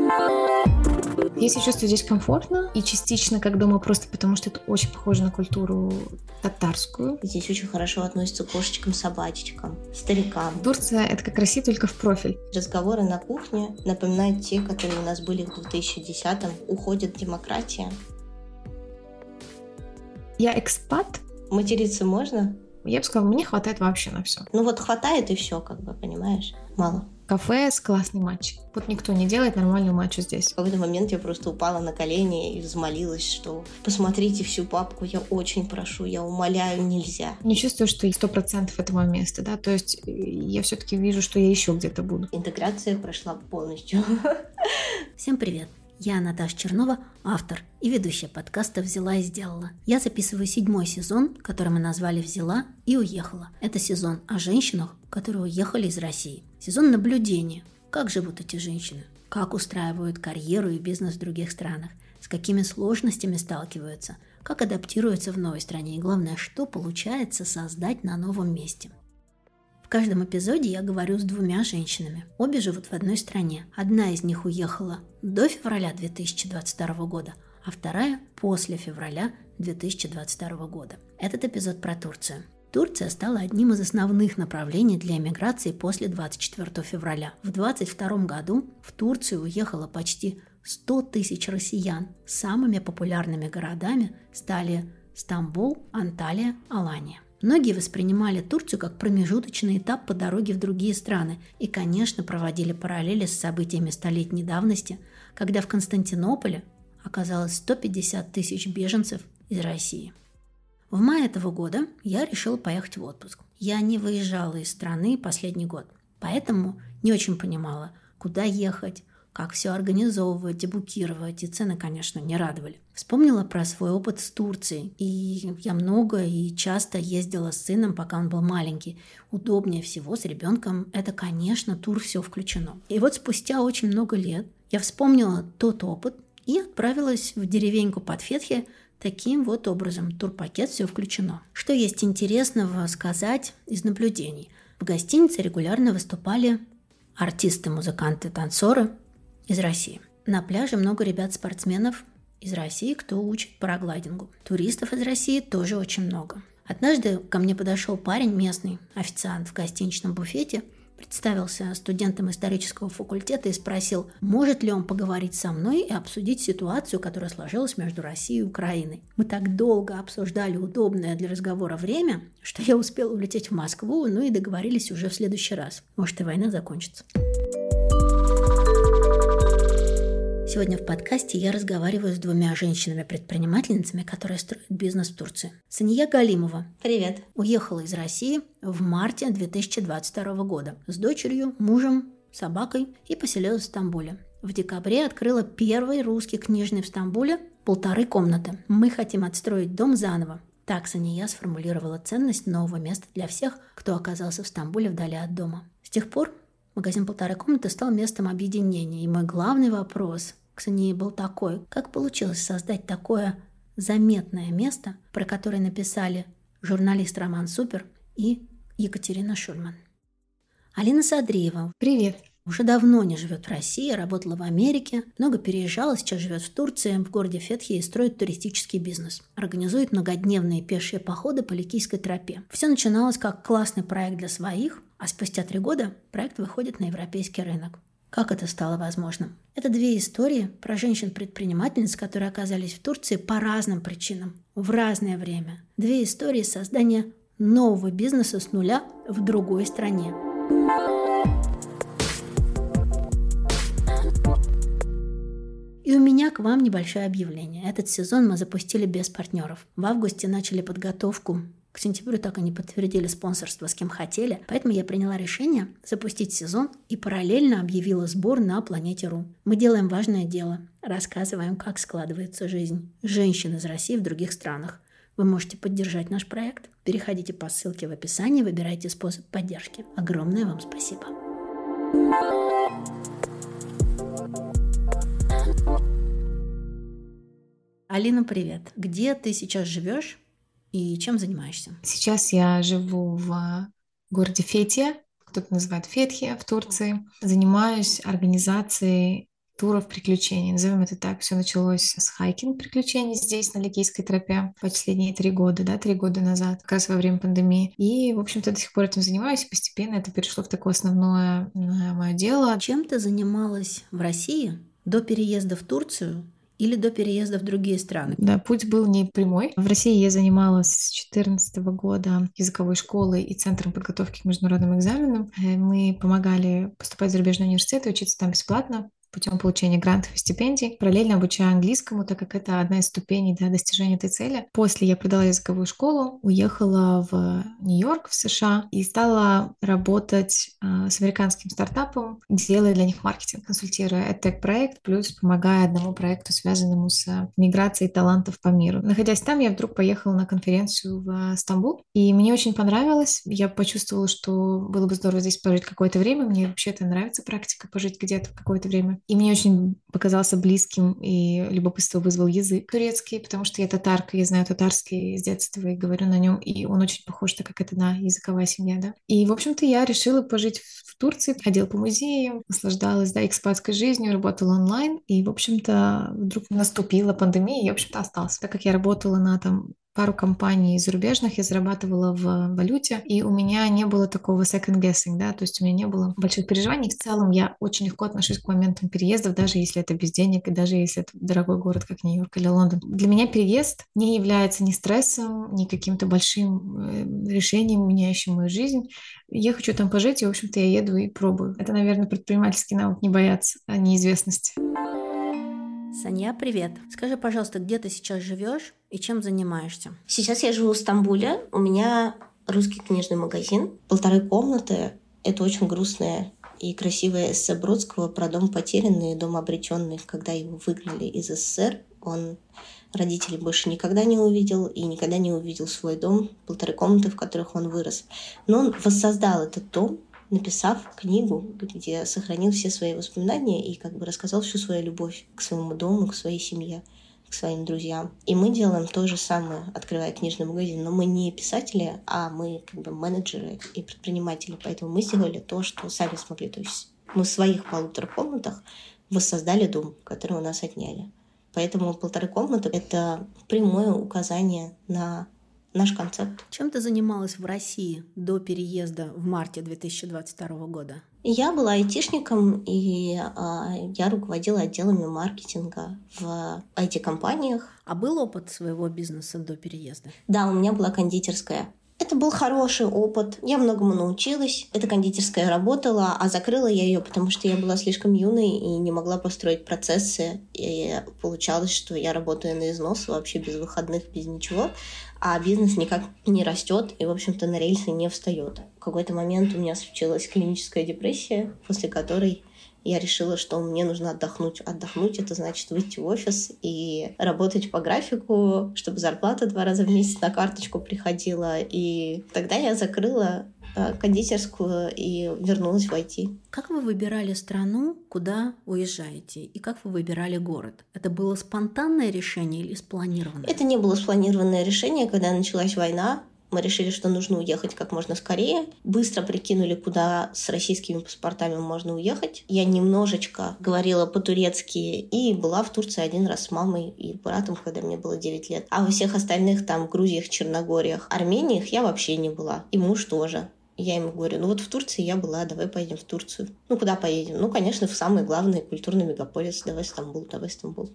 Я себя чувствую здесь комфортно и частично как дома, просто потому что это очень похоже на культуру татарскую. Здесь очень хорошо относятся к кошечкам, собачечкам, старикам. Турция — это как Россия, только в профиль. Разговоры на кухне напоминают те, которые у нас были в 2010-м. Уходит демократия. Я экспат. Материться можно? Я бы сказала, мне хватает вообще на все. Хватает и все, понимаешь? Мало. Кафе с классный матч. Вот никто не делает нормальную матчу здесь. В какой-то момент я просто упала на колени и взмолилась, что посмотрите всю папку, я очень прошу, я умоляю, нельзя. Не чувствую, что 100% этого места, да, то есть я все-таки вижу, что я еще где-то буду. Интеграция прошла полностью. Всем привет! Я Наташа Чернова, автор и ведущая подкаста «Взяла и сделала». Я записываю 7-й сезон, который мы назвали «Взяла и уехала». Это сезон о женщинах, которые уехали из России. Сезон наблюдения. Как живут эти женщины? Как устраивают карьеру и бизнес в других странах? С какими сложностями сталкиваются? Как адаптируются в новой стране? И главное, что получается создать на новом месте? В каждом эпизоде я говорю с 2 женщинами. Обе живут в одной стране. Одна из них уехала до февраля 2022 года, а вторая после февраля 2022 года. Этот эпизод про Турцию. Турция стала одним из основных направлений для эмиграции после 24 февраля. В 2022 году в Турцию уехало почти 100 тысяч россиян. Самыми популярными городами стали Стамбул, Анталия, Алания. Многие воспринимали Турцию как промежуточный этап по дороге в другие страны и, конечно, проводили параллели с событиями столетней давности, когда в Константинополе оказалось 150 тысяч беженцев из России. В мае этого года я решила поехать в отпуск. Я не выезжала из страны последний год, поэтому не очень понимала, куда ехать, как все организовывать и букировать, и цены, конечно, не радовали. Вспомнила про свой опыт с Турцией, и я много и часто ездила с сыном, пока он был маленький. Удобнее всего с ребенком это, конечно, тур «Все включено». И вот спустя очень много лет я вспомнила тот опыт и отправилась в деревеньку под Фетхи таким вот образом. Турпакет «Все включено». Что есть интересного сказать из наблюдений? В гостинице регулярно выступали артисты, музыканты, танцоры из России. На пляже много ребят-спортсменов из России, кто учит параглайдингу. Туристов из России тоже очень много. Однажды ко мне подошел парень, местный официант в гостиничном буфете, представился студентом исторического факультета и спросил, может ли он поговорить со мной и обсудить ситуацию, которая сложилась между Россией и Украиной. Мы так долго обсуждали удобное для разговора время, что я успела улететь в Москву, и договорились уже в следующий раз. Может, и война закончится. Сегодня в подкасте я разговариваю с 2 женщинами-предпринимательницами, которые строят бизнес в Турции. Сания Галимова. Привет. Уехала из России в марте 2022 года с дочерью, мужем, собакой и поселилась в Стамбуле. В декабре открыла первый русский книжный в Стамбуле, 1,5 комнаты. Мы хотим отстроить дом заново. Так Сания сформулировала ценность нового места для всех, кто оказался в Стамбуле вдали от дома. С тех пор магазин 1,5 комнаты стал местом объединения. И мой главный вопрос к Сании был такой: как получилось создать такое заметное место, про которое написали журналист Роман Супер и Екатерина Шульман. Алина Садриева. Привет. Уже давно не живет в России, работала в Америке, много переезжала, сейчас живет в Турции, в городе Фетхи и строит туристический бизнес. Организует многодневные пешие походы по Ликийской тропе. Все начиналось как классный проект для своих, а спустя 3 года проект выходит на европейский рынок. Как это стало возможным? Это 2 истории про женщин-предпринимательниц, которые оказались в Турции по разным причинам, в разное время. 2 истории создания нового бизнеса с нуля в другой стране. И у меня к вам небольшое объявление. Этот сезон мы запустили без партнеров. В августе начали подготовку. К сентябрю так и не подтвердили спонсорство, с кем хотели. Поэтому я приняла решение запустить сезон и параллельно объявила сбор на Планете.ру. Мы делаем важное дело. Рассказываем, как складывается жизнь женщин из России в других странах. Вы можете поддержать наш проект. Переходите по ссылке в описании, выбирайте способ поддержки. Огромное вам спасибо. Алина, привет. Где ты сейчас живешь и чем занимаешься? Сейчас я живу в городе Фетия, кто-то называет Фетхи в Турции. Занимаюсь организацией туров приключений. Назовем это так. Все началось с хайкинг-приключений здесь, на Ликийской тропе, последние 3 года, да, 3 года назад, как раз во время пандемии. И, в общем-то, до сих пор этим занимаюсь, и постепенно это перешло в такое основное мое дело. Чем ты занималась в России до переезда в Турцию или до переезда в другие страны? Да, путь был не прямой. В России я занималась с 2014 года языковой школой и центром подготовки к международным экзаменам. Мы помогали поступать в зарубежные университеты, учиться там бесплатно путем получения грантов и стипендий, параллельно обучая английскому, так как это одна из ступеней для достижения этой цели. После я продала языковую школу, уехала в Нью-Йорк, в США, и стала работать с американским стартапом, делая для них маркетинг, консультируя EdTech-проект, плюс помогая одному проекту, связанному с миграцией талантов по миру. Находясь там, я вдруг поехала на конференцию в Стамбул, и мне очень понравилось. Я почувствовала, что было бы здорово здесь пожить какое-то время. Мне вообще-то нравится практика пожить где-то какое-то время. И мне очень показался близким, и любопытство вызвал язык турецкий, потому что я татарка, я знаю татарский с детства и говорю на нем, и он очень похож, так как это, да, языковая семья, да. И, в общем-то, я решила пожить в Турции, ходила по музеям, наслаждалась, да, экспатской жизнью, работала онлайн, и, в общем-то, вдруг наступила пандемия, и я, в общем-то, осталась. Так как я работала на пару компаний зарубежных, я зарабатывала в валюте, и у меня не было такого second guessing, да, то есть у меня не было больших переживаний. В целом я очень легко отношусь к моментам переездов, даже если это без денег, и даже если это дорогой город, как Нью-Йорк или Лондон. Для меня переезд не является ни стрессом, ни каким-то большим решением, меняющим мою жизнь. Я хочу там пожить, и, в общем-то, я еду и пробую. Это, наверное, предпринимательский навык, не бояться неизвестности. Саня, привет. Скажи, пожалуйста, где ты сейчас живешь и чем занимаешься? Сейчас я живу в Стамбуле. У меня русский книжный магазин. 1,5 комнаты. Это очень грустное и красивое эссе Бродского про дом потерянный и дом обретенный. Когда его выгнали из СССР, он родителей больше никогда не увидел и никогда не увидел свой дом, 1,5 комнаты, в которых он вырос. Но он воссоздал этот дом, написав книгу, где сохранил все свои воспоминания и как бы рассказал всю свою любовь к своему дому, к своей семье, к своим друзьям. И мы делаем то же самое, открывая книжный магазин. Но мы не писатели, а мы как бы менеджеры и предприниматели. Поэтому мы сделали то, что сами смогли. То есть мы в своих 1,5 комнатах воссоздали дом, который у нас отняли. Поэтому 1,5 комнаты — это прямое указание на наш концепт. Чем ты занималась в России до переезда в марте 2022 года? Я была айтишником, и я руководила отделами маркетинга в IT-компаниях. А был опыт своего бизнеса до переезда? Да, у меня была кондитерская. Это был хороший опыт. Я многому научилась. Эта кондитерская работала, а закрыла я ее, потому что я была слишком юной и не могла построить процессы. И получалось, что я работаю на износ, вообще без выходных, без ничего. А бизнес никак не растет и, в общем-то, на рельсы не встает. В какой-то момент у меня случилась клиническая депрессия, после которой я решила, что мне нужно отдохнуть. Отдохнуть — это значит выйти в офис и работать по графику, чтобы зарплата 2 раза в месяц на карточку приходила. И тогда я закрыла кондитерскую и вернулась в IT. Как вы выбирали страну, куда уезжаете? И как вы выбирали город? Это было спонтанное решение или спланированное? Это не было спланированное решение. Когда началась война, мы решили, что нужно уехать как можно скорее. Быстро прикинули, куда с российскими паспортами можно уехать. Я немножечко говорила по-турецки и была в Турции 1 раз с мамой и братом, когда мне было 9 лет. А во всех остальных там Грузиях, Черногориях, Армениях я вообще не была. И муж тоже. Я ему говорю, ну вот в Турции я была, давай поедем в Турцию. Ну куда поедем? Ну, конечно, в самый главный культурный мегаполис. Давай Стамбул, давай Стамбул.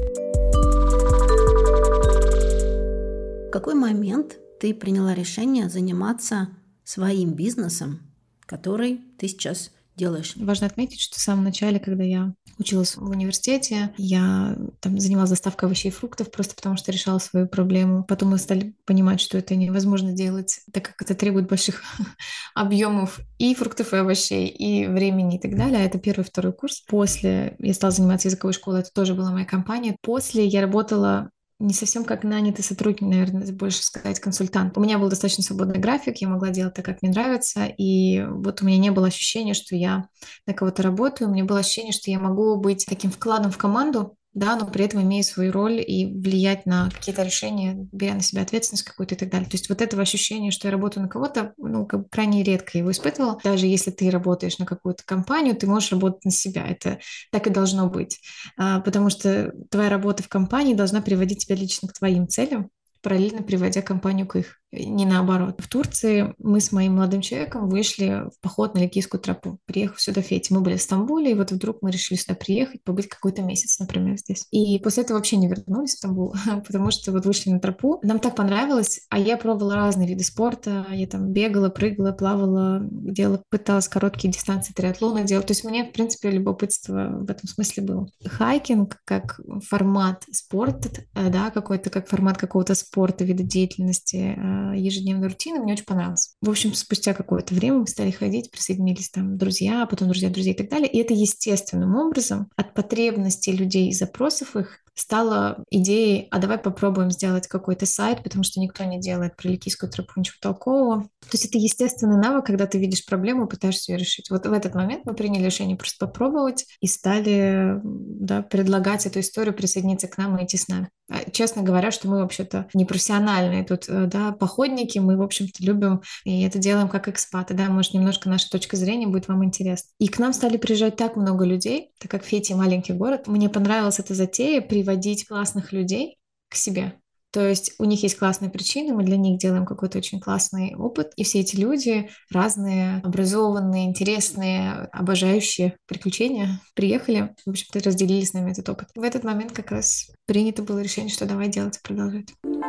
В какой момент ты приняла решение заниматься своим бизнесом, который ты сейчас делаешь? Важно отметить, что в самом начале, когда я училась в университете, я там занималась доставкой овощей и фруктов просто потому, что решала свою проблему. Потом мы стали понимать, что это невозможно делать, так как это требует больших объемов и фруктов, и овощей, и времени, и так далее. А это 1-2 курс. После я стала заниматься языковой школой, это тоже была моя компания. После я работала не совсем как нанятый сотрудник, наверное, больше сказать консультант. У меня был достаточно свободный график, я могла делать так, как мне нравится, и вот у меня не было ощущения, что я на кого-то работаю, у меня было ощущение, что я могу быть таким вкладом в команду, да, но при этом имея свою роль и влиять на какие-то решения, беря на себя ответственность какую-то и так далее. То есть вот этого ощущения, что я работаю на кого-то, ну, как бы крайне редко его испытывала. Даже если ты работаешь на какую-то компанию, ты можешь работать на себя. Это так и должно быть. Потому что твоя работа в компании должна приводить тебя лично к твоим целям, параллельно приводя компанию к их, не наоборот. В Турции мы с моим молодым человеком вышли в поход на Ликийскую тропу, приехав сюда в Фете. Мы были в Стамбуле, и вот вдруг мы решили сюда приехать, побыть какой-то месяц, например, здесь. И после этого вообще не вернулись в Стамбул, потому что вот вышли на тропу. Нам так понравилось, а я пробовала разные виды спорта. Я там бегала, прыгала, плавала, делала, пыталась короткие дистанции триатлона делать. То есть мне, в принципе, любопытство в этом смысле было. Хайкинг как формат спорта, да, какой-то как формат какого-то спорта, вида деятельности, ежедневной рутины мне очень понравилось. В общем, спустя какое-то время мы стали ходить, присоединились там друзья, потом друзья друзей и так далее. И это естественным образом от потребностей людей и запросов их стала идеей, а давай попробуем сделать какой-то сайт, потому что никто не делает про Ликийскую тропу ничего толкового. То есть это естественный навык, когда ты видишь проблему и пытаешься ее решить. Вот в этот момент мы приняли решение просто попробовать и стали, да, предлагать эту историю присоединиться к нам и идти с нами. Честно говоря, что мы вообще-то не профессиональные тут, да, походники, мы, в общем-то, любим и это делаем как экспаты, да, может, немножко наша точка зрения будет вам интересна. И к нам стали приезжать так много людей, так как Фетия маленький город. Мне понравилась эта затея приводить классных людей к себе. То есть у них есть классные причины, мы для них делаем какой-то очень классный опыт, и все эти люди разные, образованные, интересные, обожающие приключения приехали, в общем-то, разделили с нами этот опыт. В этот момент как раз принято было решение, что давай делать и продолжать.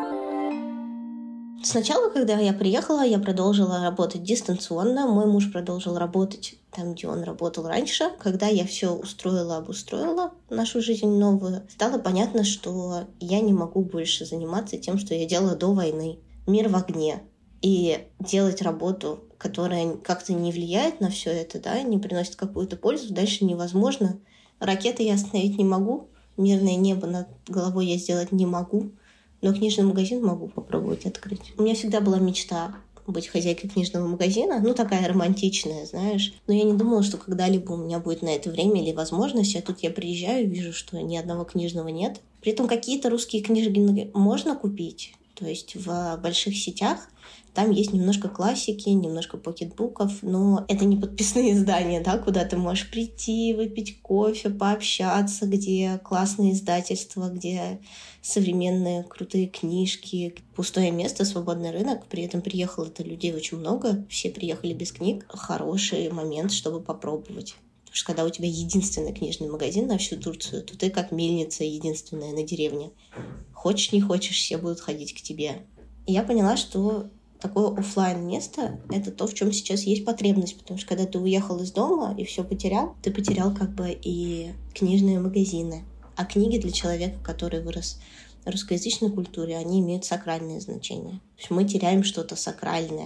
Сначала, когда я приехала, я продолжила работать дистанционно. Мой муж продолжил работать там, где он работал раньше. Когда я все обустроила нашу жизнь новую, стало понятно, что я не могу больше заниматься тем, что я делала до войны. Мир в огне. И делать работу, которая как-то не влияет на все это, да, не приносит какую-то пользу, дальше невозможно. Ракеты я остановить не могу, мирное небо над головой я сделать не могу. Но книжный магазин могу попробовать открыть. У меня всегда была мечта быть хозяйкой книжного магазина. Ну, такая романтичная, знаешь. Но я не думала, что когда-либо у меня будет на это время или возможность. А тут я приезжаю и вижу, что ни одного книжного нет. При этом какие-то русские книги можно купить. То есть в больших сетях там есть немножко классики, немножко покетбуков, но это не подписные издания, да, куда ты можешь прийти, выпить кофе, пообщаться, где классные издательства, где современные крутые книжки, пустое место, свободный рынок. При этом приехало-то людей очень много, все приехали без книг. Хороший момент, чтобы попробовать. Потому что когда у тебя единственный книжный магазин на всю Турцию, то ты как мельница единственная на деревне. Хочешь, не хочешь, все будут ходить к тебе. И я поняла, что такое офлайн место — это то, в чем сейчас есть потребность, потому что когда ты уехал из дома и все потерял, ты потерял как бы и книжные магазины. А книги для человека, который вырос в русскоязычной культуре, они имеют сакральное значение. То есть мы теряем что-то сакральное.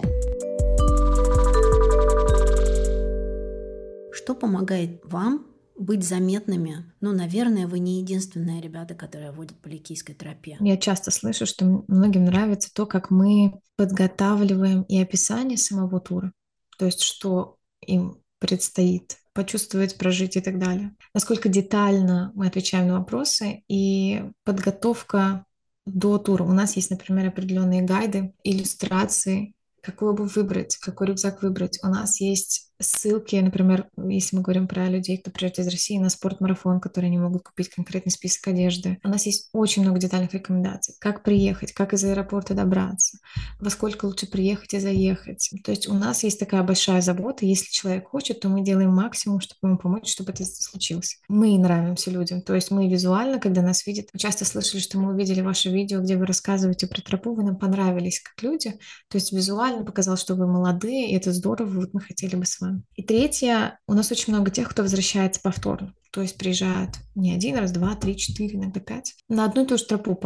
Что помогает вам быть заметными? Ну, наверное, вы не единственные ребята, которые водят по Ликийской тропе. Я часто слышу, что многим нравится то, как мы подготавливаем и описание самого тура, то есть что им предстоит почувствовать, прожить и так далее. Насколько детально мы отвечаем на вопросы и подготовка до тура. У нас есть, например, определенные гайды, иллюстрации, какой обувь выбрать, какой рюкзак выбрать. У нас есть ссылки, например, если мы говорим про людей, кто приезжает из России на спортмарафон, которые не могут купить конкретный список одежды. У нас есть очень много детальных рекомендаций. Как приехать, как из аэропорта добраться, во сколько лучше приехать и заехать. То есть у нас есть такая большая забота. Если человек хочет, то мы делаем максимум, чтобы ему помочь, чтобы это случилось. Мы нравимся людям. То есть мы визуально, когда нас видят, мы часто слышали, что мы увидели ваше видео, где вы рассказываете про тропу, вы нам понравились как люди. То есть визуально показалось, что вы молодые, и это здорово, вот мы хотели бы с вами. И третье, у нас очень много тех, кто возвращается повторно. То есть приезжают не один раз, два, три, четыре, иногда пять. На одну и ту же тропу порой.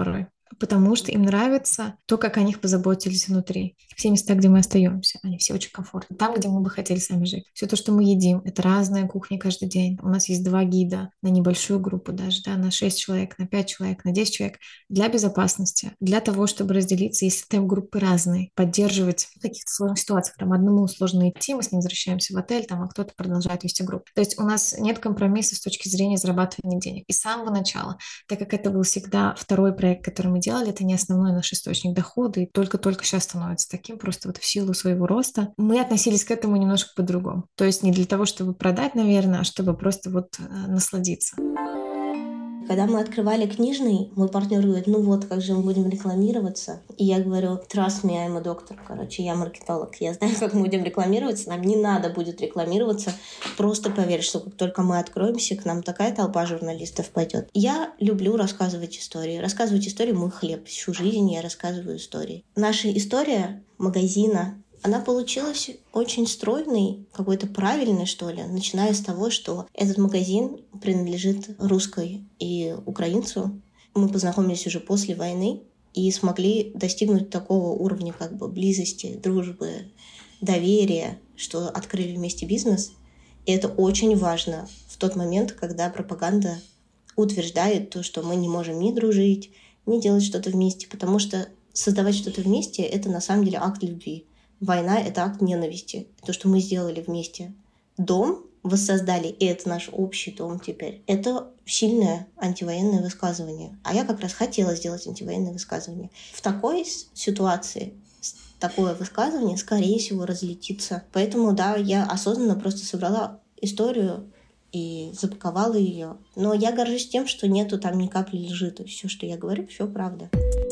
потому что им нравится то, как о них позаботились внутри. Все места, где мы остаемся, они все очень комфортны. Там, где мы бы хотели сами жить. Все то, что мы едим, это разная кухня каждый день. У нас есть 2 гида на небольшую группу даже, да, на 6 человек, на 5 человек, на 10 человек для безопасности, для того, чтобы разделиться, если темп группы разный, поддерживать в каких-то сложных ситуациях. Там одному сложно идти, мы с ним возвращаемся в отель, там, а кто-то продолжает вести группу. То есть у нас нет компромисса с точки зрения зарабатывания денег. И с самого начала, так как это был всегда второй проект, который мы делали, это не основной наш источник дохода, и только-только сейчас становится таким, просто вот в силу своего роста. Мы относились к этому немножко по-другому. То есть не для того, чтобы продать, наверное, а чтобы просто вот насладиться. Когда мы открывали книжный, мой партнер говорит, ну вот, как же мы будем рекламироваться. И я говорю, trust me, I'm a doctor. Короче, я маркетолог. Я знаю, как мы будем рекламироваться. Нам не надо будет рекламироваться. Просто поверь, что как только мы откроемся, к нам такая толпа журналистов пойдет. Я люблю рассказывать истории. Рассказывать истории — мой хлеб. Всю жизнь я рассказываю истории. Наша история магазина, она получилась очень стройной, какой-то правильной, что ли, начиная с того, что этот магазин принадлежит русской и украинцу. Мы познакомились уже после войны и смогли достигнуть такого уровня как бы близости, дружбы, доверия, что открыли вместе бизнес. И это очень важно в тот момент, когда пропаганда утверждает то, что мы не можем ни дружить, ни делать что-то вместе, потому что создавать что-то вместе — это на самом деле акт любви. Война — это акт ненависти. То, что мы сделали вместе. Дом воссоздали, и это наш общий дом теперь. Это сильное антивоенное высказывание. А я как раз хотела сделать антивоенное высказывание. В такой ситуации такое высказывание, скорее всего, разлетится. Поэтому, да, я осознанно просто собрала историю и запаковала ее. Но я горжусь тем, что нету там ни капли лжи. То есть все, что я говорю, все правда.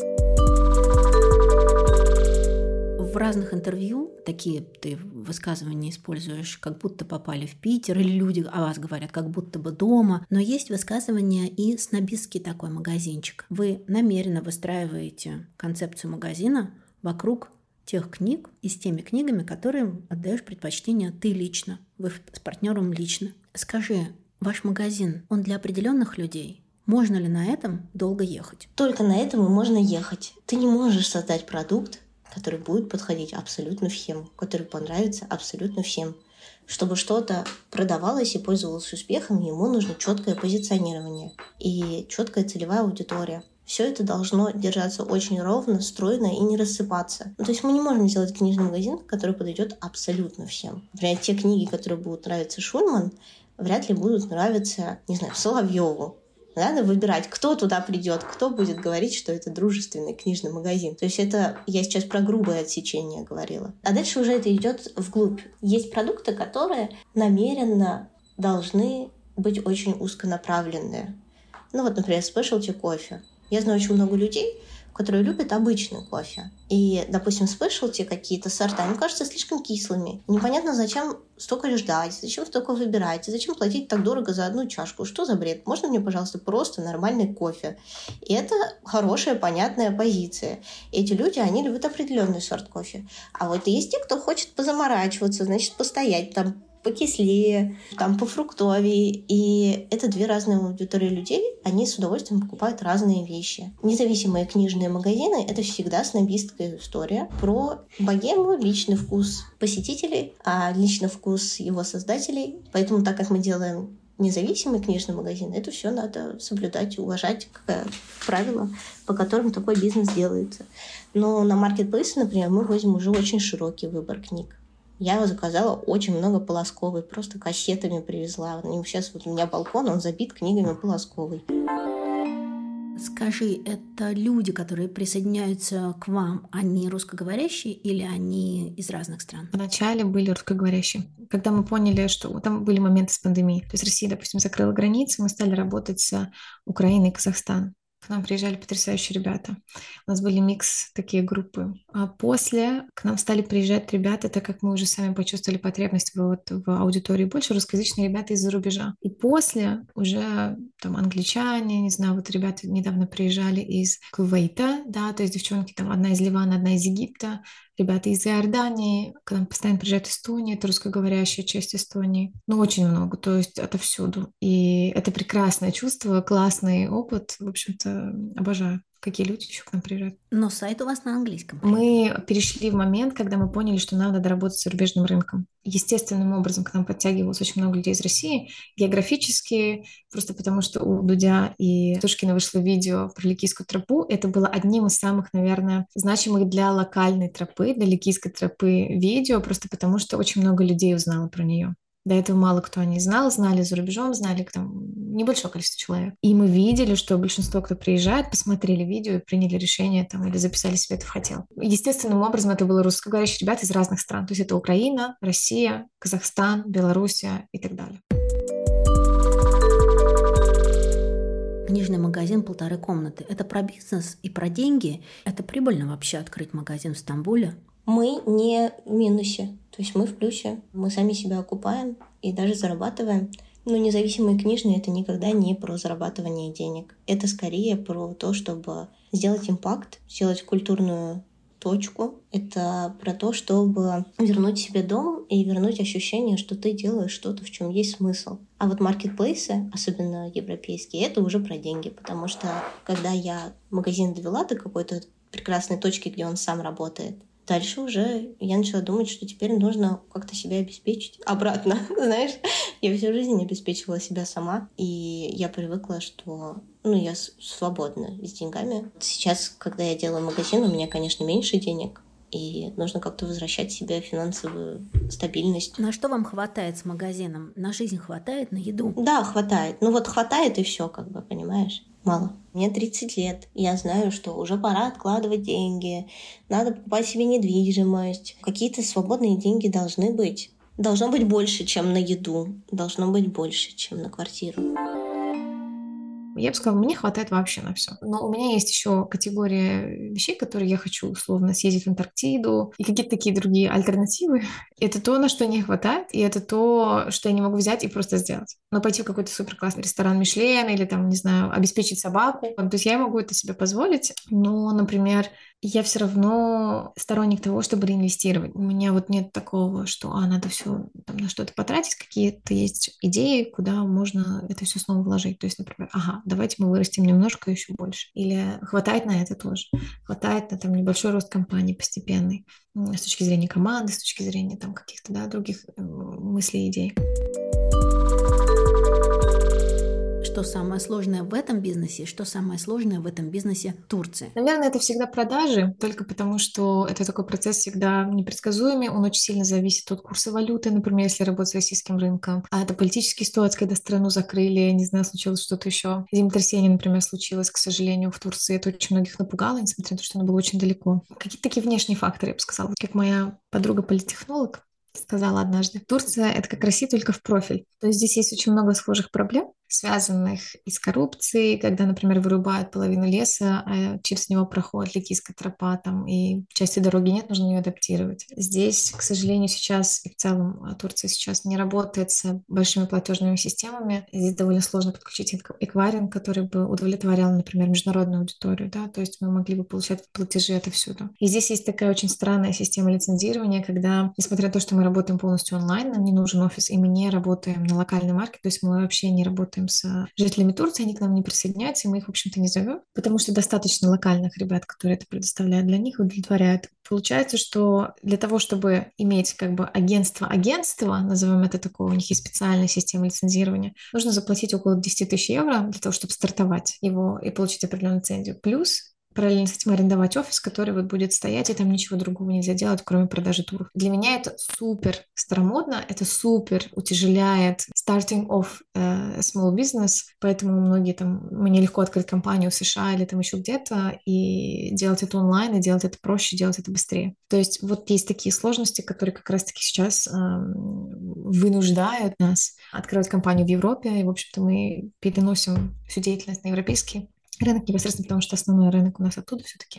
В разных интервью такие ты высказывания используешь, как будто попали в Питер, или люди о вас говорят, как будто бы дома. Но есть высказывания и снобистский такой магазинчик. Вы намеренно выстраиваете концепцию магазина вокруг тех книг и с теми книгами, которым отдаешь предпочтение ты лично, вы с партнером лично. Скажи, ваш магазин, он для определенных людей? Можно ли на этом долго ехать? Только на этом и можно ехать. Ты не можешь создать продукт, который будет подходить абсолютно всем, который понравится абсолютно всем. Чтобы что-то продавалось и пользовалось успехом, ему нужно четкое позиционирование и четкая целевая аудитория. Все это должно держаться очень ровно, стройно и не рассыпаться. То есть мы не можем сделать книжный магазин, который подойдет абсолютно всем. Например, те книги, которые будут нравиться Шульман, вряд ли будут нравиться, не знаю, Соловьеву. Надо выбирать, кто туда придет, кто будет говорить, что это дружественный книжный магазин. То есть это я сейчас про грубое отсечение говорила. А дальше уже это идет вглубь. Есть продукты, которые намеренно должны быть очень узконаправленные. Ну вот, например, спешлти кофе. Я знаю очень много людей, которые любят обычный кофе. И, допустим, спешлти какие-то сорта, им кажутся слишком кислыми. Непонятно, зачем столько ждать, зачем столько выбирать, зачем платить так дорого за одну чашку. Что за бред? Можно мне, пожалуйста, просто нормальный кофе? И это хорошая, понятная позиция. Эти люди, они любят определенный сорт кофе. А вот есть те, кто хочет позаморачиваться, значит, постоять там, покислее, там, пофруктовее. И это две разные аудитории людей. Они с удовольствием покупают разные вещи. Независимые книжные магазины — это всегда снобистская история про богему, личный вкус посетителей, а личный вкус его создателей. Поэтому, так как мы делаем независимый книжный магазин, это все надо соблюдать и уважать, как правила, по которым такой бизнес делается. Но на маркетплейсе, например, мы возим уже очень широкий выбор книг. Я заказала очень много Полосковой, просто кассетами привезла. Сейчас вот у меня балкон, он забит книгами Полосковой. Скажи, это люди, которые присоединяются к вам, они русскоговорящие или они из разных стран? Вначале были русскоговорящие. Когда мы поняли, что там были моменты с пандемией, то есть Россия, допустим, закрыла границы, мы стали работать с Украиной и Казахстаном. К нам приезжали потрясающие ребята. У нас были микс такие группы. А после к нам стали приезжать ребята, так как мы уже сами почувствовали потребность в аудитории больше, русскоязычные ребята из-за рубежа. И после уже там англичане, не знаю, вот ребята недавно приезжали из Кувейта, да, то есть девчонки там, одна из Ливана, одна из Египта, ребята из Иордании, к нам постоянно приезжают из Эстонии, это русскоговорящая часть Эстонии. Ну, очень много, то есть отовсюду. И это прекрасное чувство, классный опыт, в общем-то, обожаю. какие люди еще к нам приезжают. Но сайт у вас на английском. Мы перешли в момент, когда мы поняли, что нам надо работать с зарубежным рынком. Естественным образом к нам подтягивалось очень много людей из России, географически, просто потому что у Дудя и Тушкина вышло видео про Ликийскую тропу. Это было одним из самых, наверное, значимых для локальной тропы, для Ликийской тропы видео, просто потому что очень много людей узнало про нее. До этого мало кто о ней знал, знали за рубежом, знали там небольшое количество человек. И мы видели, что большинство, кто приезжает, посмотрели видео и приняли решение там, или записали себе это в хотел. Естественным образом это было русскоговорящие ребята из разных стран. То есть это Украина, Россия, Казахстан, Белоруссия и так далее. Книжный магазин «Полторы комнаты» — это про бизнес и про деньги? Это прибыльно вообще открыть магазин в Стамбуле? Мы не в минусе, то есть мы в плюсе. Мы сами себя окупаем и даже зарабатываем. Но независимые книжные — это никогда не про зарабатывание денег. Это скорее про то, чтобы сделать импакт, сделать культурную точку. Это про то, чтобы вернуть себе дом и вернуть ощущение, что ты делаешь что-то, в чем есть смысл. А вот маркетплейсы, особенно европейские, это уже про деньги, потому что когда я магазин довела до какой-то прекрасной точки, где он сам работает, дальше уже я начала думать, что теперь нужно как-то себя обеспечить обратно. Знаешь, я всю жизнь обеспечивала себя сама, и я привыкла, что я свободна с деньгами. Сейчас, когда я делаю магазин, у меня, конечно, меньше денег, и нужно как-то возвращать себе финансовую стабильность. На что вам хватает с магазином? На жизнь хватает, на еду? Да, хватает. Хватает и все, понимаешь? Мало. Мне 30 лет. Я знаю, что уже пора откладывать деньги. Надо покупать себе недвижимость. Какие-то свободные деньги должны быть. Должно быть больше, чем на еду. Должно быть больше, чем на квартиру. Я бы сказала, мне хватает вообще на все. Но у меня есть еще категория вещей, которые я хочу условно съездить в Антарктиду и какие-то такие другие альтернативы. Это то, на что не хватает, и это то, что я не могу взять и просто сделать. Но пойти в какой-то супер классный ресторан Мишлен или там, не знаю, обеспечить собаку. То есть я могу это себе позволить, но, например, я все равно сторонник того, чтобы реинвестировать. У меня нет такого, что надо все на что-то потратить. Какие-то есть идеи, куда можно это все снова вложить. То есть, например, давайте мы вырастим немножко еще больше. Или хватает на это тоже. Хватает на небольшой рост компании постепенный. С точки зрения команды, с точки зрения каких-то других мыслей, идей. Что самое сложное в этом бизнесе, что самое сложное в этом бизнесе Турции? Наверное, это всегда продажи, только потому что это такой процесс всегда непредсказуемый, он очень сильно зависит от курса валюты, например, если работать с российским рынком. А это политические ситуации, когда страну закрыли, не знаю, случилось что-то еще. Землетрясение, например, случилось, к сожалению, в Турции. Это очень многих напугало, несмотря на то, что оно было очень далеко. Какие-то такие внешние факторы, я бы сказала. Как моя подруга-политтехнолог сказала однажды, Турция — это как Россия, только в профиль. То есть здесь есть очень много схожих проблем, связанных и с коррупцией, когда, например, вырубают половину леса, а через него проходит Ликийская тропа, и части дороги нет, нужно ее адаптировать. Здесь, к сожалению, сейчас, и в целом Турция сейчас не работает с большими платежными системами. Здесь довольно сложно подключить эквайринг, который бы удовлетворял, например, международную аудиторию, то есть мы могли бы получать платежи отовсюду. И здесь есть такая очень странная система лицензирования, когда, несмотря на то, что мы работаем полностью онлайн, нам не нужен офис, и мы не работаем на локальный маркет, то есть мы вообще не работаем с жителями Турции, они к нам не присоединяются, и мы их, в общем-то, не зовем, потому что достаточно локальных ребят, которые это предоставляют для них, удовлетворяют. Получается, что для того, чтобы иметь агентство, назовем это такое, у них есть специальная система лицензирования, нужно заплатить около 10 тысяч евро для того, чтобы стартовать его и получить определенную лицензию. Плюс параллельно с этим арендовать офис, который будет стоять, и там ничего другого нельзя делать, кроме продажи туров. Для меня это супер старомодно, это супер утяжеляет starting of small business, поэтому мне легко открыть компанию в США или еще где-то и делать это онлайн, и делать это проще, делать это быстрее. То есть есть такие сложности, которые как раз-таки сейчас вынуждают нас открывать компанию в Европе, и, в общем-то, мы переносим всю деятельность на европейский рынок непосредственно, потому что основной рынок у нас оттуда все-таки.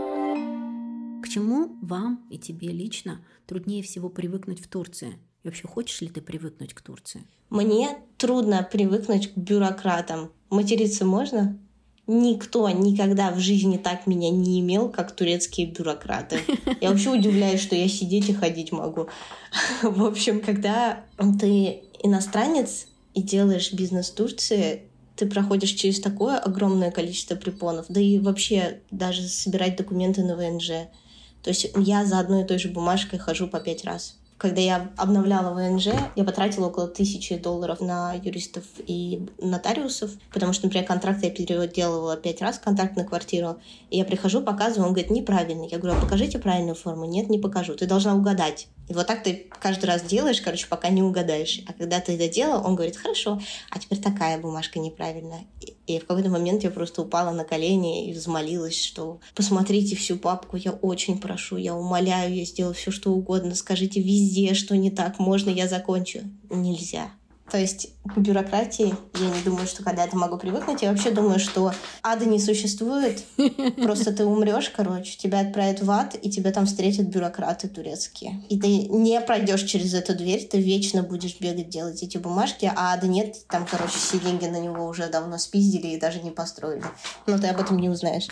К чему вам и тебе лично труднее всего привыкнуть в Турции? И вообще, хочешь ли ты привыкнуть к Турции? Мне трудно привыкнуть к бюрократам. Материться можно? Никто никогда в жизни так меня не имел, как турецкие бюрократы. Я вообще удивляюсь, что я сидеть и ходить могу. В общем, когда ты иностранец и делаешь бизнес в Турции, ты проходишь через такое огромное количество препонов, да и вообще даже собирать документы на ВНЖ. То есть я за одной и той же бумажкой хожу по 5 раз. Когда я обновляла ВНЖ, я потратила около $1000 на юристов и нотариусов, потому что, например, контракт я переделывала 5 раз, контракт на квартиру, и я прихожу, показываю, он говорит, неправильный. Я говорю, а покажите правильную форму. Нет, не покажу. Ты должна угадать. И вот так ты каждый раз делаешь, пока не угадаешь. А когда ты это делала, он говорит, хорошо, а теперь такая бумажка неправильная. И в какой-то момент я просто упала на колени и взмолилась, что посмотрите всю папку, я очень прошу, я умоляю, я сделаю все, что угодно, скажите везде, что не так, можно я закончу? Нельзя. То есть к бюрократии я не думаю, что когда-то могу привыкнуть. Я вообще думаю, что ада не существует. Просто ты умрешь, тебя отправят в ад, и тебя там встретят бюрократы турецкие. И ты не пройдешь через эту дверь, ты вечно будешь бегать, делать эти бумажки, а ада нет, там, все деньги на него уже давно спиздили и даже не построили. Но ты об этом не узнаешь.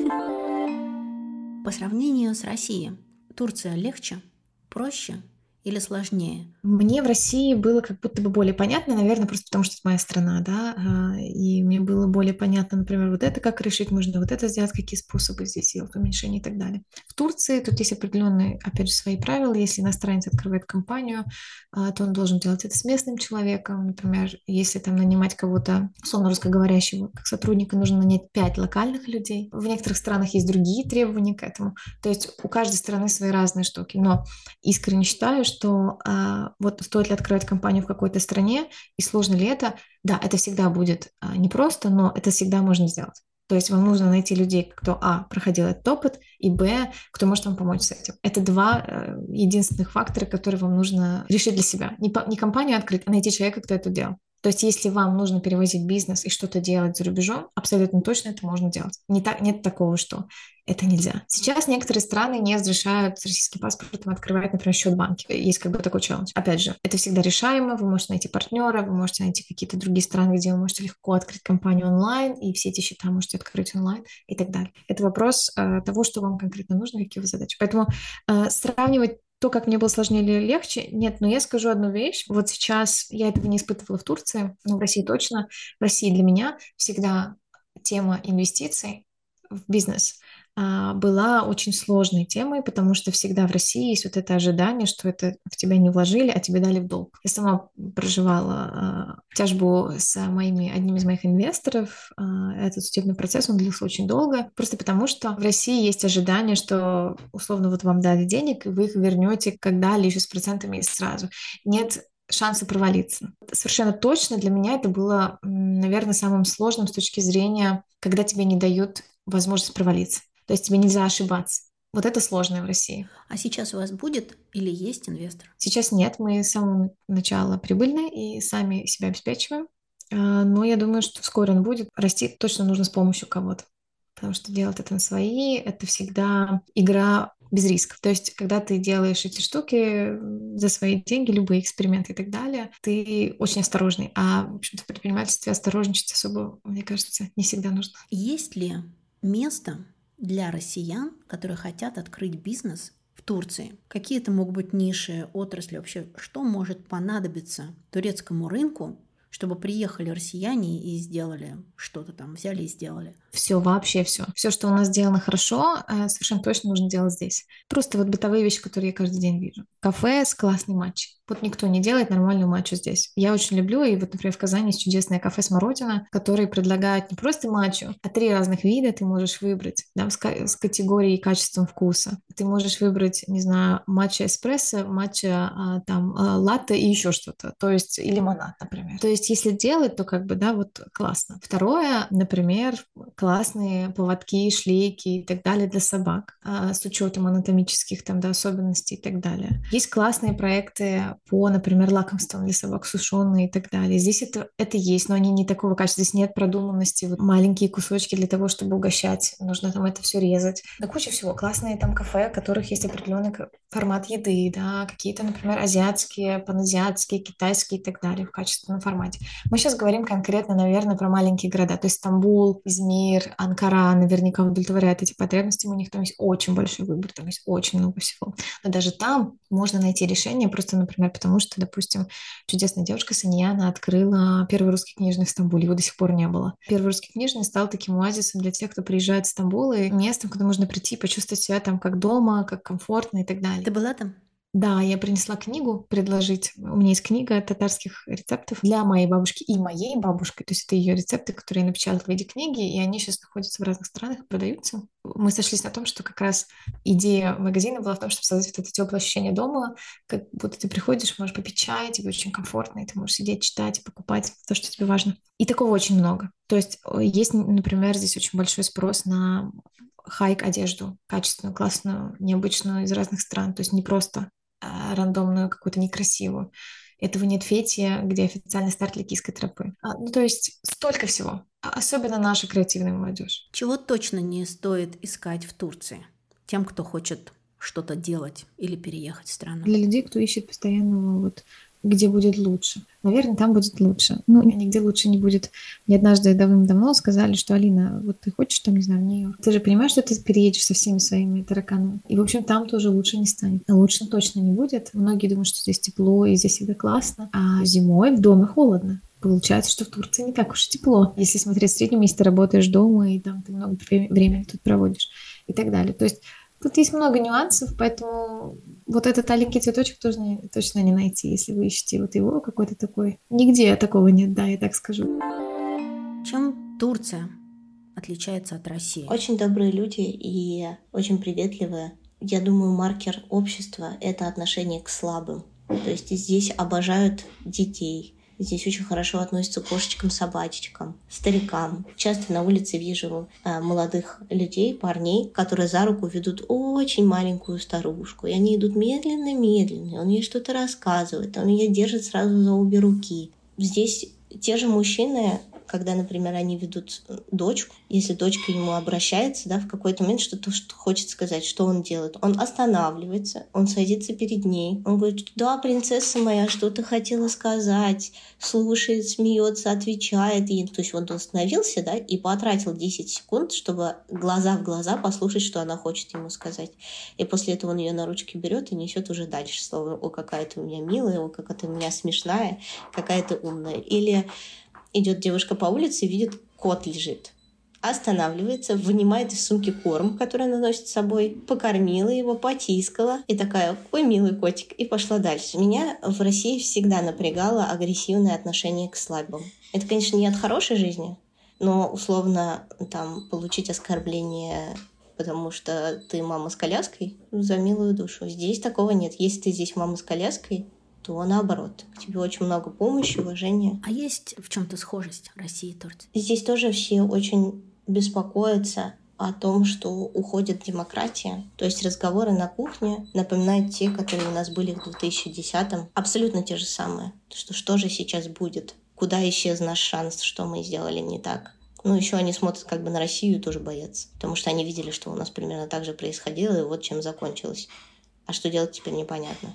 По сравнению с Россией, Турция легче, проще или сложнее? Мне в России было как будто бы более понятно, наверное, просто потому что это моя страна, да, и мне было более понятно, например, вот это как решить, можно вот это сделать, какие способы здесь делать, уменьшение и так далее. В Турции тут есть определенные, опять же, свои правила. Если иностранец открывает компанию, то он должен делать это с местным человеком. Например, если там нанимать кого-то, условно русскоговорящего, как сотрудника, нужно нанять 5 локальных людей. В некоторых странах есть другие требования к этому. То есть у каждой страны свои разные штуки. Но искренне считаю, что вот стоит ли открывать компанию в какой-то стране и сложно ли это, да, это всегда будет непросто, но это всегда можно сделать. То есть вам нужно найти людей, кто, проходил этот опыт, и, кто может вам помочь с этим. Это 2 единственных фактора, которые вам нужно решить для себя. Не компанию открыть, а найти человека, кто это делал. То есть если вам нужно перевозить бизнес и что-то делать за рубежом, абсолютно точно это можно делать. Нет такого, что это нельзя. Сейчас некоторые страны не разрешают с российским паспортом открывать, например, счет в банке. Есть такой челлендж. Опять же, это всегда решаемо. Вы можете найти партнера, вы можете найти какие-то другие страны, где вы можете легко открыть компанию онлайн, и все эти счета можете открыть онлайн и так далее. Это вопрос того, что вам конкретно нужно, какие вы задачи. Поэтому сравнивать то, как мне было сложнее или легче, нет, но я скажу одну вещь. Вот сейчас я этого не испытывала в Турции, но в России точно. В России для меня всегда тема инвестиций в бизнес была очень сложной темой, потому что всегда в России есть вот это ожидание, что это в тебя не вложили, а тебе дали в долг. Я сама проживала тяжбу с одним из моих инвесторов. Этот судебный процесс, он длился очень долго, просто потому что в России есть ожидание, что условно вот вам дали денег, и вы их вернете когда-либо еще с процентами и сразу. Нет шанса провалиться. Совершенно точно для меня это было, наверное, самым сложным с точки зрения, когда тебе не дают возможность провалиться. То есть тебе нельзя ошибаться. Вот это сложное в России. А сейчас у вас будет или есть инвестор? Сейчас нет, мы с самого начала прибыльны и сами себя обеспечиваем. Но я думаю, что вскоре он будет. Расти точно нужно с помощью кого-то. Потому что делать это на свои — это всегда игра без рисков. То есть, когда ты делаешь эти штуки за свои деньги, любые эксперименты и так далее, ты очень осторожный. А, в общем-то, в предпринимательстве осторожничать особо, мне кажется, не всегда нужно. Есть ли место для россиян, которые хотят открыть бизнес в Турции? Какие это могут быть ниши, отрасли вообще? Что может понадобиться турецкому рынку, чтобы приехали россияне и сделали что-то там, взяли и сделали? Все, вообще все. Все, что у нас сделано хорошо, совершенно точно нужно делать здесь. Просто вот бытовые вещи, которые я каждый день вижу. Кафе с классной матчей. Вот никто не делает нормальную матчу здесь. Я очень люблю, и вот, например, в Казани есть чудесное кафе «Смородина», которые предлагают не просто матчу, а 3 разных вида ты можешь выбрать, да, с категорией и качеством вкуса. Ты можешь выбрать, не знаю, матча эспрессо, матча латте и еще что-то, то есть и лимонад, например. То есть если делать, то как бы, да, вот классно. Второе, например, классные поводки, шлейки и так далее для собак с учетом анатомических там, да, особенностей и так далее. Есть классные проекты по, например, лакомствам для собак, сушеные и так далее. Здесь это есть, но они не такого качества. Здесь нет продуманности. Вот маленькие кусочки для того, чтобы угощать. Нужно там это все резать. Да куча всего. Классные там кафе которых есть определенный формат еды, да, какие-то, например, азиатские, паназиатские, китайские и так далее в качественном формате. Мы сейчас говорим конкретно, наверное, про маленькие города, то есть Стамбул, Измир, Анкара наверняка удовлетворяют эти потребности, у них там есть очень большой выбор, там есть очень много всего. Но даже там можно найти решение, просто, например, потому что, допустим, чудесная девушка Саньяна открыла первый русский книжный в Стамбуле, его до сих пор не было. Первый русский книжный стал таким оазисом для тех, кто приезжает в Стамбул, и местом, куда можно прийти, почувствовать себя там как дома, как комфортно и так далее. Ты была там? Да, я принесла книгу предложить. У меня есть книга татарских рецептов для моей бабушки и моей бабушки. То есть это ее рецепты, которые я напечатала в виде книги, и они сейчас находятся в разных странах и продаются. Мы сошлись на том, что как раз идея магазина была в том, чтобы создать вот это теплое ощущение дома, как будто ты приходишь, можешь попить чай, тебе очень комфортно, и ты можешь сидеть, читать и покупать то, что тебе важно. И такого очень много. То есть есть, например, здесь очень большой спрос на хайк-одежду, качественную, классную, необычную из разных стран. То есть не просто рандомную, какую-то некрасивую. Этого нет в Фете, где официальный старт Ликийской тропы. Ну, то есть столько всего. Особенно наша креативная молодежь. Чего точно не стоит искать в Турции тем, кто хочет что-то делать или переехать в страну? Для людей, кто ищет постоянного вот где будет лучше. Наверное, там будет лучше. Ну, нигде лучше не будет. Мне однажды давным-давно сказали, что Алина, вот ты хочешь там, не знаю, в Нью-Йорк? Ты же понимаешь, что ты переедешь со всеми своими тараканами. И, в общем, там тоже лучше не станет. Лучше точно не будет. Многие думают, что здесь тепло и здесь всегда классно. А зимой в доме холодно. Получается, что в Турции не так уж и тепло. Если смотреть в среднем, если ты работаешь дома и там ты много времени тут проводишь и так далее. То есть тут есть много нюансов, поэтому вот этот аленький цветочек точно не найти, если вы ищете вот его какой-то такой. Нигде такого нет, да, я так скажу. Чем Турция отличается от России? Очень добрые люди и очень приветливые. Я думаю, маркер общества – это отношение к слабым. То есть здесь обожают детей. Здесь очень хорошо относятся к кошечкам, собачечкам, старикам. Часто на улице вижу молодых людей, парней, которые за руку ведут очень маленькую старушку. И они идут медленно-медленно. Он ей что-то рассказывает, он ее держит сразу за обе руки. Здесь те же мужчины, когда, например, они ведут дочку, если дочка ему обращается, да, в какой-то момент что-то хочет сказать, что он делает? Он останавливается, он садится перед ней, он говорит: да, принцесса моя, что ты хотела сказать? Слушает, смеется, отвечает ей. То есть вот он остановился, да, и потратил 10 секунд, чтобы глаза в глаза послушать, что она хочет ему сказать. И после этого он ее на ручки берет и несет уже дальше. Слово: о, какая ты у меня милая, о, какая ты у меня смешная, какая ты умная. Или идет девушка по улице, видит, кот лежит. Останавливается, вынимает из сумки корм, который она носит с собой, покормила его, потискала и такая: ой, милый котик, и пошла дальше. Меня в России всегда напрягало агрессивное отношение к слабым. Это, конечно, не от хорошей жизни, но условно там получить оскорбление, потому что ты мама с коляской, за милую душу. Здесь такого нет. Если ты здесь мама с коляской, то наоборот, к тебе очень много помощи, уважения. А есть в чем-то схожесть России и Турции? Здесь тоже все очень беспокоятся о том, что уходит демократия. То есть разговоры на кухне напоминают те, которые у нас были в 2010-м. Абсолютно те же самые. Что же сейчас будет? Куда исчез наш шанс? Что мы сделали не так? Ну, еще они смотрят как бы на Россию и тоже боятся. Потому что они видели, что у нас примерно так же происходило, и вот чем закончилось. А что делать теперь непонятно.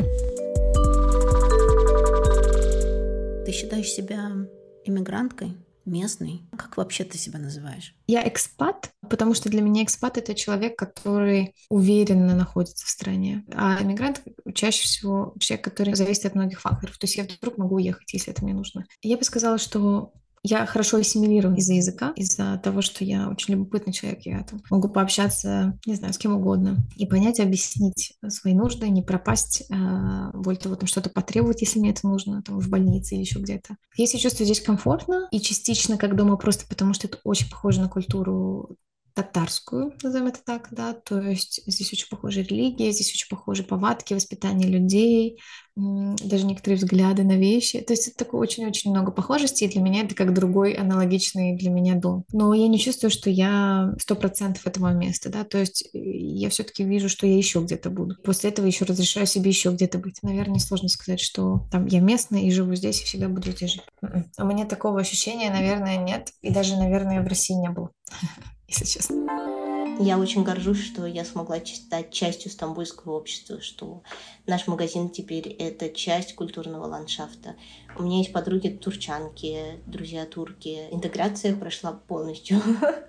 Ты считаешь себя иммигранткой, местной? Как вообще ты себя называешь? Я экспат, потому что для меня экспат — это человек, который уверенно находится в стране. А иммигрант чаще всего человек, который зависит от многих факторов. То есть я вдруг могу уехать, если это мне нужно. Я бы сказала, что я хорошо ассимилирована из-за языка, из-за того, что я очень любопытный человек. Я там могу пообщаться, не знаю, с кем угодно и понять, объяснить свои нужды, не пропасть, более того, там что-то потребовать, если мне это нужно, там в больнице или еще где-то. Я себя чувствую здесь комфортно и частично как дома, просто потому что это очень похоже на культуру татарскую, назовем это так, да, то есть здесь очень похожа религия, здесь очень похожи повадки, воспитание людей, даже некоторые взгляды на вещи, то есть это такое очень-очень много похожестей, и для меня это как другой аналогичный для меня дом. Но я не чувствую, что я 100% этого места, да, то есть я все-таки вижу, что я еще где-то буду. После этого еще разрешаю себе еще где-то быть. Наверное, сложно сказать, что там я местная и живу здесь, и всегда буду здесь жить. У меня такого ощущения, наверное, нет, и даже, наверное, в России не было. Если честно. Я очень горжусь, что я смогла стать частью стамбульского общества, что наш магазин теперь это часть культурного ландшафта. У меня есть подруги турчанки, друзья турки. Интеграция прошла полностью.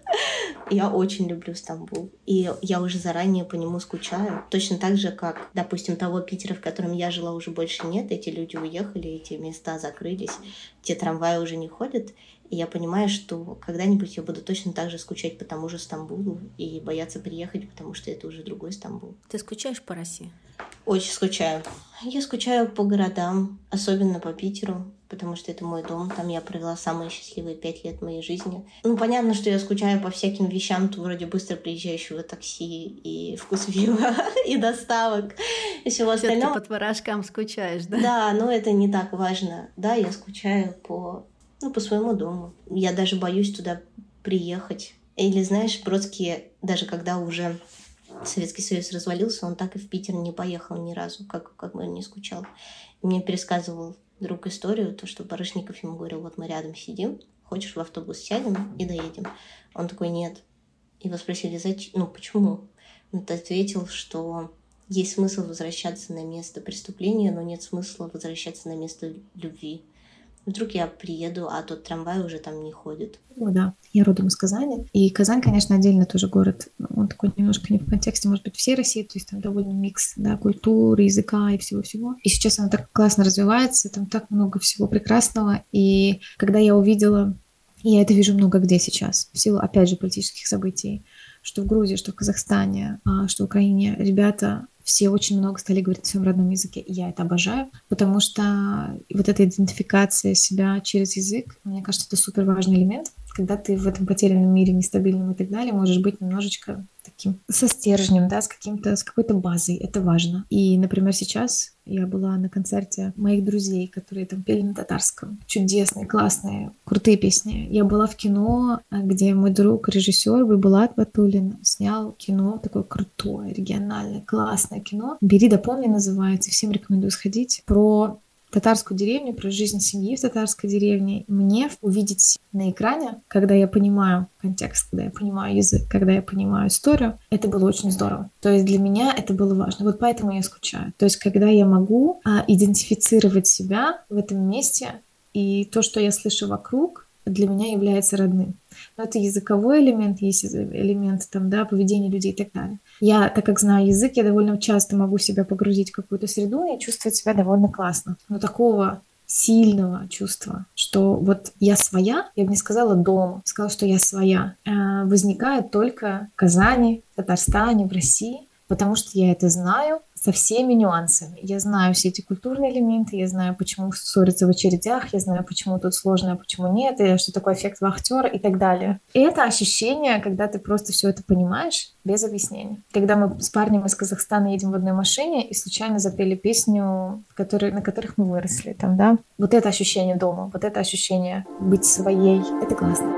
Я очень люблю Стамбул. И я уже заранее по нему скучаю. Точно так же, как, допустим, того Питера, в котором я жила, уже больше нет. Эти люди уехали, эти места закрылись, те трамваи уже не ходят. И я понимаю, что когда-нибудь я буду точно так же скучать по тому же Стамбулу и бояться приехать, потому что это уже другой Стамбул. Ты скучаешь по России? Очень скучаю. Я скучаю по городам, особенно по Питеру, потому что это мой дом. Там я провела самые счастливые 5 лет моей жизни. Понятно, что я скучаю по всяким вещам, вроде быстро приезжающего такси и вкусвилла, и доставок, и всего остального. Всё-таки по творожкам скучаешь, да? Да, но это не так важно. Да, я скучаю по своему дому. Я даже боюсь туда приехать. Или, знаешь, Бродский, даже когда уже Советский Союз развалился, он так и в Питер не поехал ни разу, как бы он не скучал. И мне пересказывал друг историю, то, что Барышников ему говорил: вот мы рядом сидим, хочешь, в автобус сядем и доедем? Он такой: нет. Его спросили: зачем? Почему? Он ответил, что есть смысл возвращаться на место преступления, но нет смысла возвращаться на место любви. Вдруг я приеду, а тот трамвай уже там не ходит. Да, я родом из Казани. И Казань, конечно, отдельно тоже город. Он такой немножко не в контексте, может быть, всей России. То есть там довольно микс, да, культуры, языка и всего-всего. И сейчас она так классно развивается, там так много всего прекрасного. И когда я увидела, и я это вижу много где сейчас, в силу, опять же, политических событий, что в Грузии, что в Казахстане, что в Украине, ребята все очень много стали говорить на своем родном языке, и я это обожаю, потому что вот эта идентификация себя через язык, мне кажется, это супер важный элемент, когда ты в этом потерянном мире, нестабильном и так далее, можешь быть немножечко таким со стержнем, да, с какой-то базой, это важно. И, например, сейчас я была на концерте моих друзей, которые там пели на татарском. Чудесные, классные, крутые песни. Я была в кино, где мой друг, режиссер Байбулат Батулин, снял кино такое крутое, региональное, классное кино. «Бери да помни» называется. Всем рекомендую сходить. Про татарскую деревню, про жизнь семьи в татарской деревне. Мне увидеть на экране, когда я понимаю контекст, когда я понимаю язык, когда я понимаю историю, это было очень здорово. То есть для меня это было важно. Вот поэтому я скучаю. То есть когда я могу идентифицировать себя в этом месте, и то, что я слышу вокруг, для меня является родным. Но это языковой элемент, есть элемент там, да, поведения людей и так далее. Я, так как знаю язык, я довольно часто могу себя погрузить в какую-то среду и чувствовать себя довольно классно. Но такого сильного чувства, что вот я своя, я бы не сказала дома, сказала, что я своя, возникает только в Казани, в Татарстане, в России, потому что я это знаю со всеми нюансами. Я знаю все эти культурные элементы, я знаю, почему ссорятся в очередях, я знаю, почему тут сложно, а почему нет, и что такое эффект вахтера и так далее. И это ощущение, когда ты просто все это понимаешь без объяснения. Когда мы с парнем из Казахстана едем в одной машине и случайно запели песню, на которых мы выросли, там, да? Вот это ощущение дома, вот это ощущение быть своей, это классно.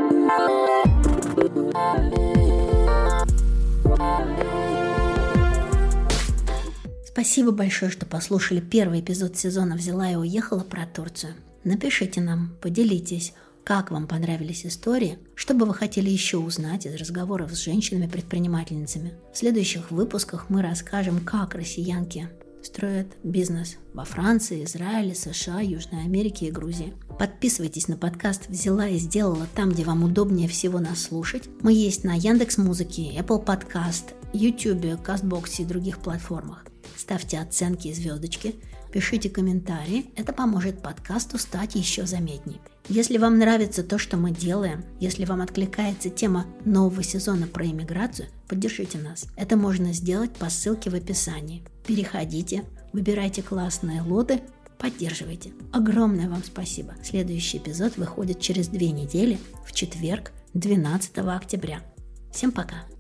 Спасибо большое, что послушали первый эпизод сезона «Взяла и уехала» про Турцию. Напишите нам, поделитесь, как вам понравились истории, что бы вы хотели еще узнать из разговоров с женщинами-предпринимательницами. В следующих выпусках мы расскажем, как россиянки строят бизнес во Франции, Израиле, США, Южной Америке и Грузии. Подписывайтесь на подкаст «Взяла и сделала» там, где вам удобнее всего нас слушать. Мы есть на Яндекс.Музыке, Apple Podcast, YouTube, Castbox и других платформах. Ставьте оценки и звездочки, пишите комментарии, это поможет подкасту стать еще заметней. Если вам нравится то, что мы делаем, если вам откликается тема нового сезона про иммиграцию, поддержите нас. Это можно сделать по ссылке в описании. Переходите, выбирайте классные лоты, поддерживайте. Огромное вам спасибо. Следующий эпизод выходит через 2 недели, в четверг, 12 октября. Всем пока!